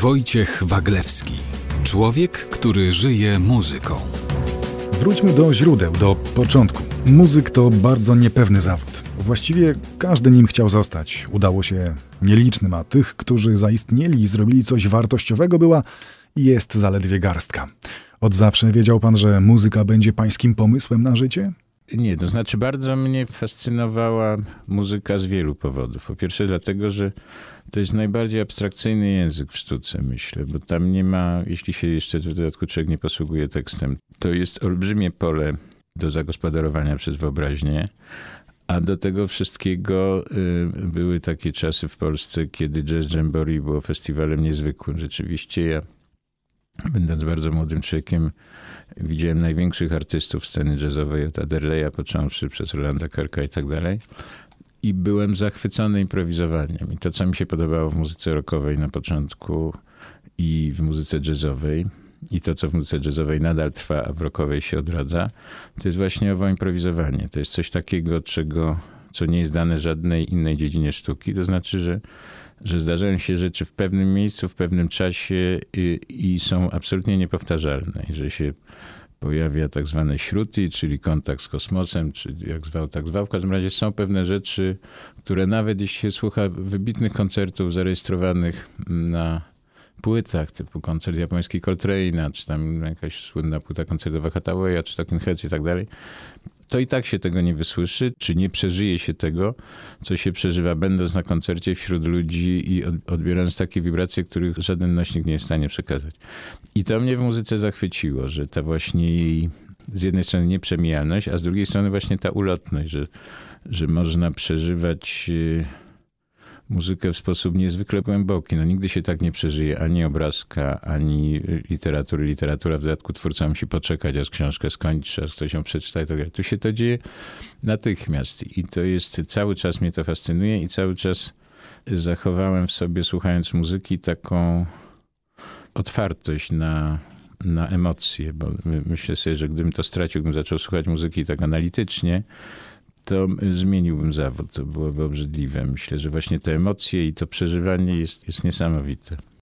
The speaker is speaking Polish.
Wojciech Waglewski. Człowiek, który żyje muzyką. Wróćmy do źródeł, do początku. Muzyk to bardzo niepewny zawód. Właściwie każdy nim chciał zostać. Udało się nielicznym, a tych, którzy zaistnieli i zrobili coś wartościowego, była i jest zaledwie garstka. Od zawsze wiedział pan, że muzyka będzie pańskim pomysłem na życie? Nie, to znaczy bardzo mnie fascynowała muzyka z wielu powodów. Po pierwsze dlatego, że to jest najbardziej abstrakcyjny język w sztuce, myślę, bo tam nie ma, jeśli się jeszcze w dodatku człowiek nie posługuje tekstem, to jest olbrzymie pole do zagospodarowania przez wyobraźnię, a do tego wszystkiego były takie czasy w Polsce, kiedy Jazz Jamboree było festiwalem niezwykłym. Rzeczywiście ja, będąc bardzo młodym człowiekiem, widziałem największych artystów sceny jazzowej, od Adderleya począwszy przez Rolanda Kirka i tak dalej. I byłem zachwycony improwizowaniem. I to, co mi się podobało w muzyce rockowej na początku i w muzyce jazzowej, i to, co w muzyce jazzowej nadal trwa, a w rockowej się odradza, to jest właśnie owo improwizowanie. To jest coś takiego, co nie jest dane żadnej innej dziedzinie sztuki. To znaczy, że zdarzają się rzeczy w pewnym miejscu, w pewnym czasie i są absolutnie niepowtarzalne. I że się pojawia tak zwane śruty, czyli kontakt z kosmosem, czy jak zwał, tak zwał. W każdym razie są pewne rzeczy, które nawet jeśli się słucha wybitnych koncertów zarejestrowanych na płytach, typu koncert japoński Coltrane'a, czy tam jakaś słynna płyta koncertowa Hathawaya, czy Talking Heads i tak dalej, to i tak się tego nie wysłyszy, czy nie przeżyje się tego, co się przeżywa, będąc na koncercie wśród ludzi i odbierając takie wibracje, których żaden nośnik nie jest w stanie przekazać. I to mnie w muzyce zachwyciło, że ta właśnie jej z jednej strony nieprzemijalność, a z drugiej strony właśnie ta ulotność, że można przeżywać muzykę w sposób niezwykle głęboki. No, nigdy się tak nie przeżyje ani obrazka, ani literatury. Literatura w dodatku twórca musi poczekać, aż książkę skończy, aż ktoś ją przeczyta i tak dalej. Tu się to dzieje natychmiast. I to jest, cały czas mnie to fascynuje i cały czas zachowałem w sobie, słuchając muzyki, taką otwartość na emocje, bo myślę sobie, że gdybym to stracił, gdybym zaczął słuchać muzyki tak analitycznie, to zmieniłbym zawód. To byłoby obrzydliwe. Myślę, że właśnie te emocje i to przeżywanie jest niesamowite.